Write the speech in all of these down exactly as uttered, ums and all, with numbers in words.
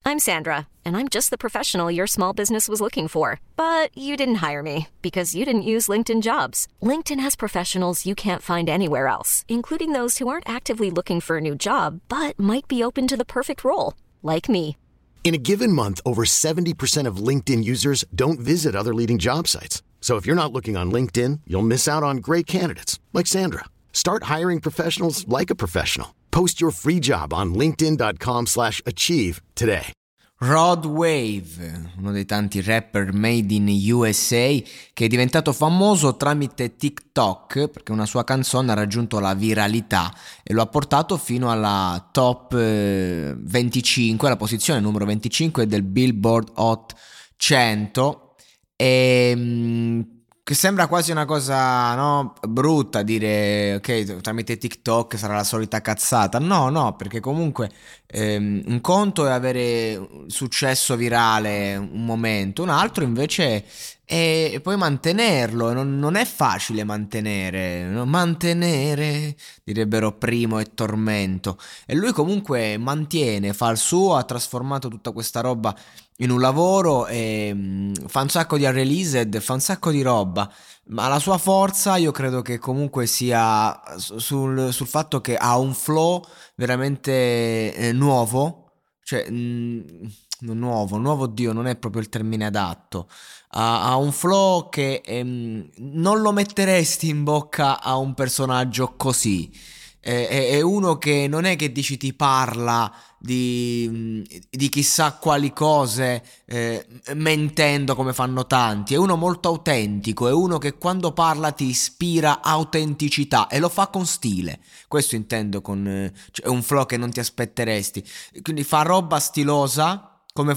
I'm Sandra, and I'm just the professional your small business was looking for. But you didn't hire me because you didn't use LinkedIn Jobs. LinkedIn has professionals you can't find anywhere else, including those who aren't actively looking for a new job, but might be open to the perfect role, like me. In a given month, over seventy percent of LinkedIn users don't visit other leading job sites. So if you're not looking on LinkedIn, you'll miss out on great candidates like Sandra. Start hiring professionals like a professional. Post your free job on linkedin.com slash achieve today. Rod Wave, uno dei tanti rapper made in U S A, che è diventato famoso tramite TikTok perché una sua canzone ha raggiunto la viralità e lo ha portato fino alla top venticinque, la posizione numero venticinque del Billboard Hot cento. E che sembra quasi una cosa, no, brutta dire ok, tramite TikTok sarà la solita cazzata. No, no, perché comunque ehm, un conto è avere successo virale un momento, un altro invece è poi mantenerlo. Non, non è facile mantenere, no? Mantenere, direbbero Primo e Tormento. E lui comunque mantiene, fa il suo, ha trasformato tutta questa roba in un lavoro e mh, fa un sacco di unreleased, fa un sacco di roba, ma la sua forza io credo che comunque sia sul, sul fatto che ha un flow veramente eh, nuovo, cioè mh, nuovo, nuovo Dio non è proprio il termine adatto, ha, ha un flow che ehm, non lo metteresti in bocca a un personaggio così. È, è uno che non è che dici ti parla di, di chissà quali cose eh, mentendo come fanno tanti, è uno molto autentico, è uno che quando parla ti ispira autenticità e lo fa con stile, questo intendo con eh, cioè un flow che non ti aspetteresti, quindi fa roba stilosa come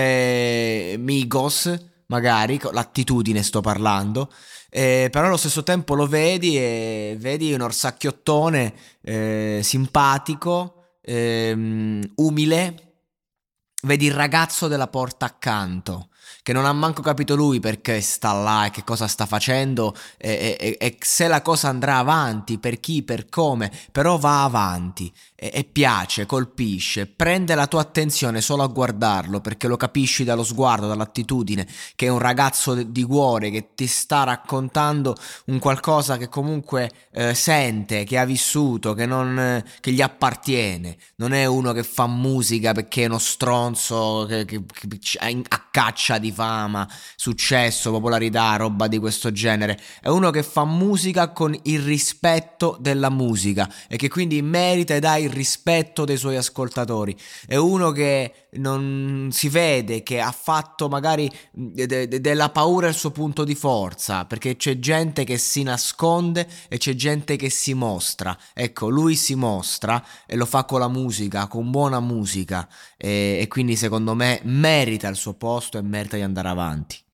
fosse Migos magari, l'attitudine sto parlando. Eh, però allo stesso tempo lo vedi e vedi un orsacchiottone eh, simpatico, ehm, umile, vedi il ragazzo della porta accanto che non ha manco capito lui perché sta là e che cosa sta facendo e, e, e se la cosa andrà avanti, per chi, per come, però va avanti e, e piace, colpisce, prende la tua attenzione solo a guardarlo perché lo capisci dallo sguardo, dall'attitudine che è un ragazzo di cuore che ti sta raccontando un qualcosa che comunque eh, sente, che ha vissuto, che, non, che gli appartiene, non è uno che fa musica perché è uno stronzo che, che, che a caccia di fama, successo, popolarità, roba di questo genere. È uno che fa musica con il rispetto della musica e che quindi merita ed ha il rispetto dei suoi ascoltatori. È uno che non si vede che ha fatto magari de- de- della paura il suo punto di forza, perché c'è gente che si nasconde e c'è gente che si mostra. Ecco, lui si mostra e lo fa con la musica, con buona musica e, e quindi secondo me merita il suo posto e merita di andare avanti.